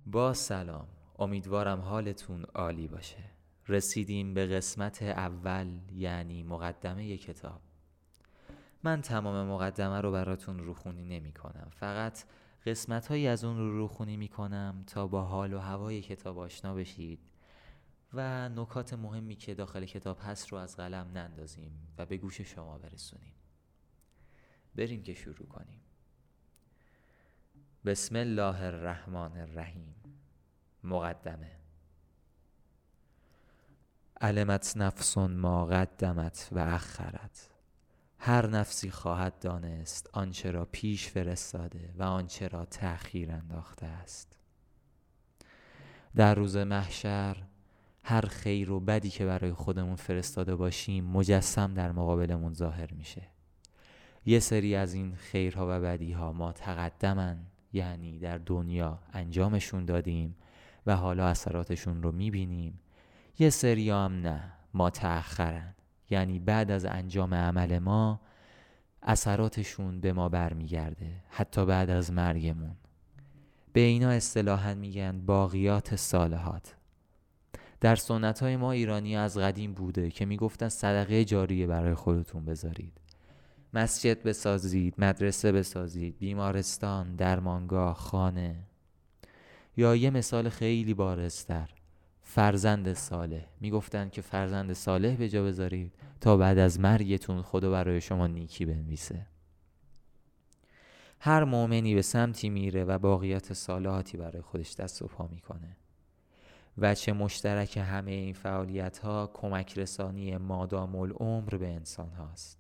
با سلام، امیدوارم حالتون عالی باشه. رسیدیم به قسمت اول، یعنی مقدمه کتاب. من تمام مقدمه رو براتون روخونی نمی کنم، فقط قسمت هایی از اون رو روخونی می کنم تا با حال و هوای کتاب آشنا بشید و نکات مهمی که داخل کتاب هست رو از قلم نندازیم و به گوش شما برسونیم. بریم که شروع کنیم. بسم الله الرحمن الرحیم. مقدمه. علمت نفس ما قدمت و اخرت. هر نفسی خواهد دانست آنچه را پیش فرستاده و آنچه را تأخیر انداخته است. در روز محشر هر خیر و بدی که برای خودمون فرستاده باشیم مجسم در مقابلمون ظاهر میشه. یه سری از این خیرها و بدیها ما تقدمن، یعنی در دنیا انجامشون دادیم و حالا اثراتشون رو میبینیم. یه سری هم نه، ما تأخرن، یعنی بعد از انجام عمل ما اثراتشون به ما برمیگرده، حتی بعد از مرگمون. به اینا اصطلاحاً میگن باقیات صالحات. در سنت‌های ما ایرانی از قدیم بوده که میگفتن صدقه جاریه برای خودتون بذارید. مسجد بسازید، مدرسه بسازید، بیمارستان، درمانگاه، خانه. یا یه مثال خیلی بارزتر، فرزند صالح. میگفتن که فرزند صالح به جا بذارید تا بعد از مرگتون خدا برای شما نیکی بنویسه. هر مؤمنی به سمتی میره و باقیات صالحاتی برای خودش دست و پا میکنه. وجه مشترک همه این فعالیت ها کمک رسانی مادام العمر به انسان هاست.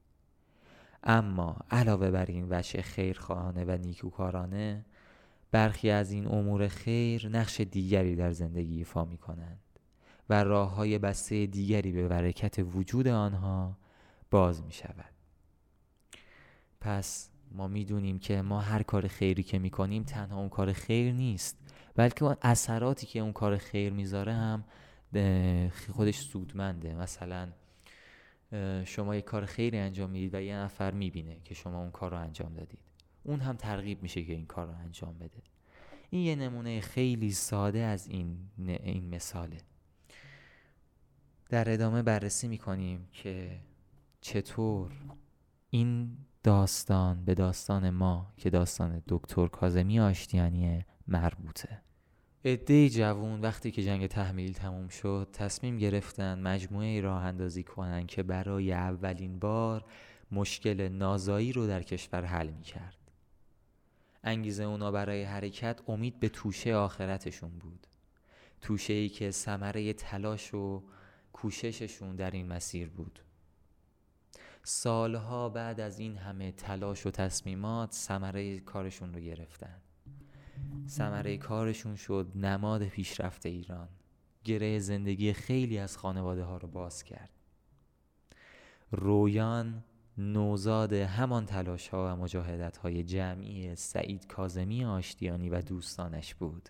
اما علاوه بر این وجه خیرخواهانه و نیکوکارانه، برخی از این امور خیر نقش دیگری در زندگی ایفا می کنند و راه‌های بسته دیگری به برکت وجود آنها باز می شود. پس ما می دونیم که ما هر کار خیری که می کنیم تنها اون کار خیر نیست، بلکه اون اثراتی که اون کار خیر میذاره هم خودش سودمنده. مثلا شما یک کار خیری انجام میدید و یه نفر میبینه که شما اون کار رو انجام دادید، اون هم ترغیب میشه که این کار رو انجام بده. این یه نمونه خیلی ساده از این مثاله. در ادامه بررسی میکنیم که چطور این داستان به داستان ما که داستان دکتر کاظمی آشتیانیه مربوطه. عده‌ای جوون وقتی که جنگ تحمیل تموم شد تصمیم گرفتن مجموعه راه اندازی کنن که برای اولین بار مشکل نازایی رو در کشور حل می کرد. انگیزه اونا برای حرکت امید به توشه آخرتشون بود، توشه‌ای که ثمره تلاش و کوشششون در این مسیر بود. سالها بعد از این همه تلاش و تصمیمات ثمره کارشون رو گرفتن. ثمره کارشون شد نماد پیشرفت ایران. گره زندگی خیلی از خانواده ها رو باز کرد. رویان نوزاد همان تلاش ها و مجاهدت های جمعی سعید کاظمی آشتیانی و دوستانش بود.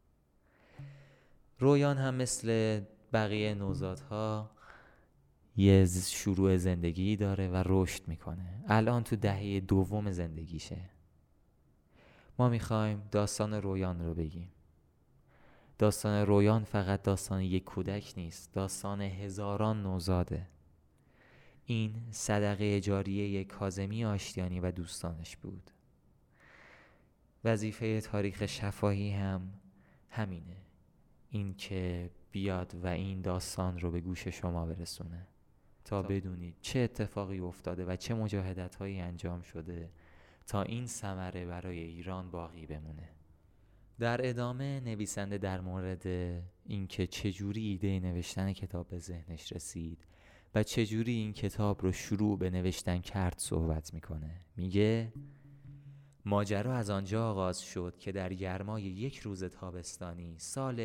رویان هم مثل بقیه نوزادها یه شروع زندگی داره و رشد میکنه. الان تو دهه دوم زندگیشه. ما میخوایم داستان رویان رو بگیم. داستان رویان فقط داستان یک کودک نیست، داستان هزاران نوزاده. این صدقه جاریه کاظمی آشتیانی و دوستانش بود. وظیفه تاریخ شفاهی هم همینه، این که بیاد و این داستان رو به گوش شما برسونه تا بدونید چه اتفاقی افتاده و چه مجاهدت هایی انجام شده تا این ثمره برای ایران باقی بمونه. در ادامه نویسنده در مورد اینکه چجوری ایده نوشتن کتاب به ذهنش رسید و چجوری این کتاب رو شروع به نوشتن کرد صحبت میکنه. میگه ماجرا از آنجا آغاز شد که در گرمای یک روز تابستانی سال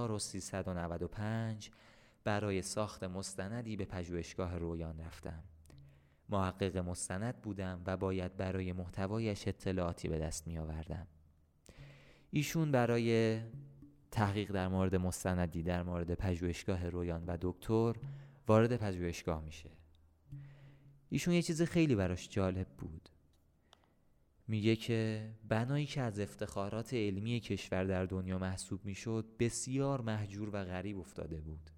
1395 برای ساخت مستندی به پژوهشگاه رویان رفتم. محقق مستند بودم و باید برای محتوایش اطلاعاتی به دست می آوردم. ایشون برای تحقیق در مورد مستندی در مورد پژوهشگاه رویان و دکتر وارد پژوهشگاه میشه. ایشون یه چیز خیلی براش جالب بود. میگه که بنایی که از افتخارات علمی کشور در دنیا محسوب میشد بسیار مهجور و غریب افتاده بود.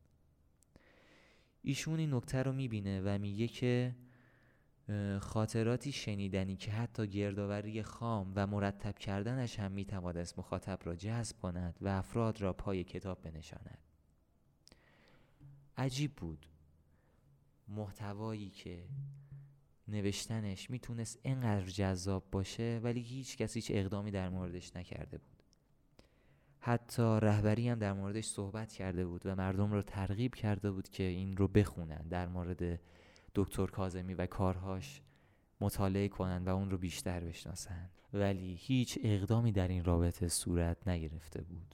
ایشون این نکته رو میبینه و میگه که خاطراتی شنیدنی که حتی گردآوری خام و مرتب کردنش هم میتوانست مخاطب را جذب کند و افراد را پای کتاب بنشاند. عجیب بود محتوایی که نوشتنش میتونست اینقدر جذاب باشه ولی هیچ کسی هیچ اقدامی در موردش نکرده بود. حتی رهبری هم در موردش صحبت کرده بود و مردم رو ترغیب کرده بود که این رو بخونن، در مورد دکتر کاظمی و کارهاش مطالعه کنن و اون رو بیشتر بشناسن، ولی هیچ اقدامی در این رابطه صورت نگرفته بود.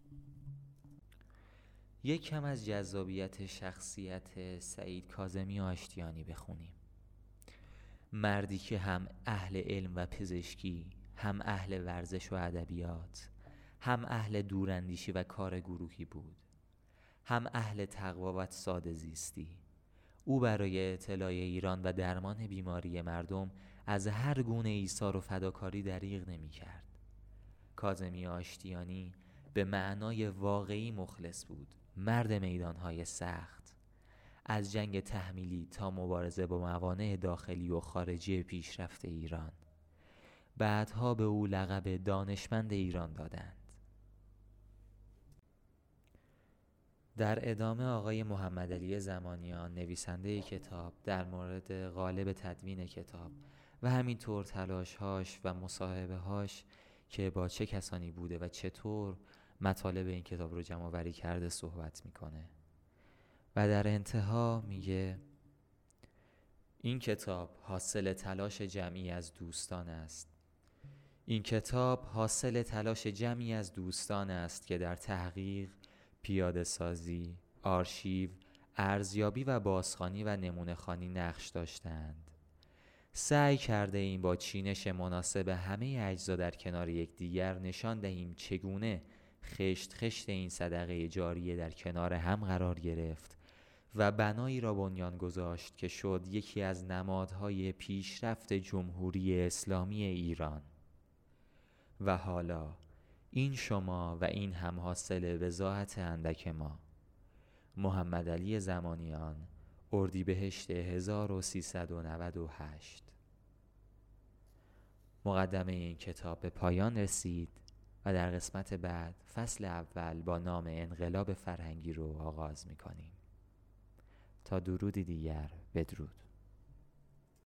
یک کم از جذابیت شخصیت سعید کاظمی آشتیانی بخونیم. مردی که هم اهل علم و پزشکی، هم اهل ورزش و ادبیات، هم اهل دوراندیشی و کار گروهی بود، هم اهل تقوا و ساده زیستی. او برای اطلاع ایران و درمان بیماری مردم از هر گونه ایثار و فداکاری دریغ نمی کرد. کاظمی آشتیانی به معنای واقعی مخلص بود، مرد میدانهای سخت، از جنگ تحمیلی تا مبارزه با موانع داخلی و خارجی پیشرفت ایران. بعدها به او لقب دانشمند ایران دادند. در ادامه آقای محمدعلی زمانیان نویسنده کتاب در مورد قالب تدوین کتاب و همینطور تلاش‌هاش و مصاحبه‌هاش که با چه کسانی بوده و چطور مطالب این کتاب رو جمع‌آوری کرده صحبت میکنه و در انتها میگه این کتاب حاصل تلاش جمعی از دوستان است. این کتاب حاصل تلاش جمعی از دوستان است که در تحقیق، پیاده سازی، آرشیو، ارزیابی و بازخوانی و نمونه خوانی نقش داشتند. سعی کرده ایم با چینش مناسب همه اجزا در کنار یکدیگر نشان دهیم چگونه خشت خشت این صدقه جاریه در کنار هم قرار گرفت و بنایی را بنیان گذاشت که شد یکی از نمادهای پیشرفت جمهوری اسلامی ایران. و حالا این شما و این هم حاصل وضاحت اندک ما. محمدعلی زمانیان، اردیبهشت 1398. مقدمه این کتاب به پایان رسید و در قسمت بعد فصل اول با نام انقلاب فرهنگی رو آغاز می‌کنیم. تا درودی دیگر، بدرود.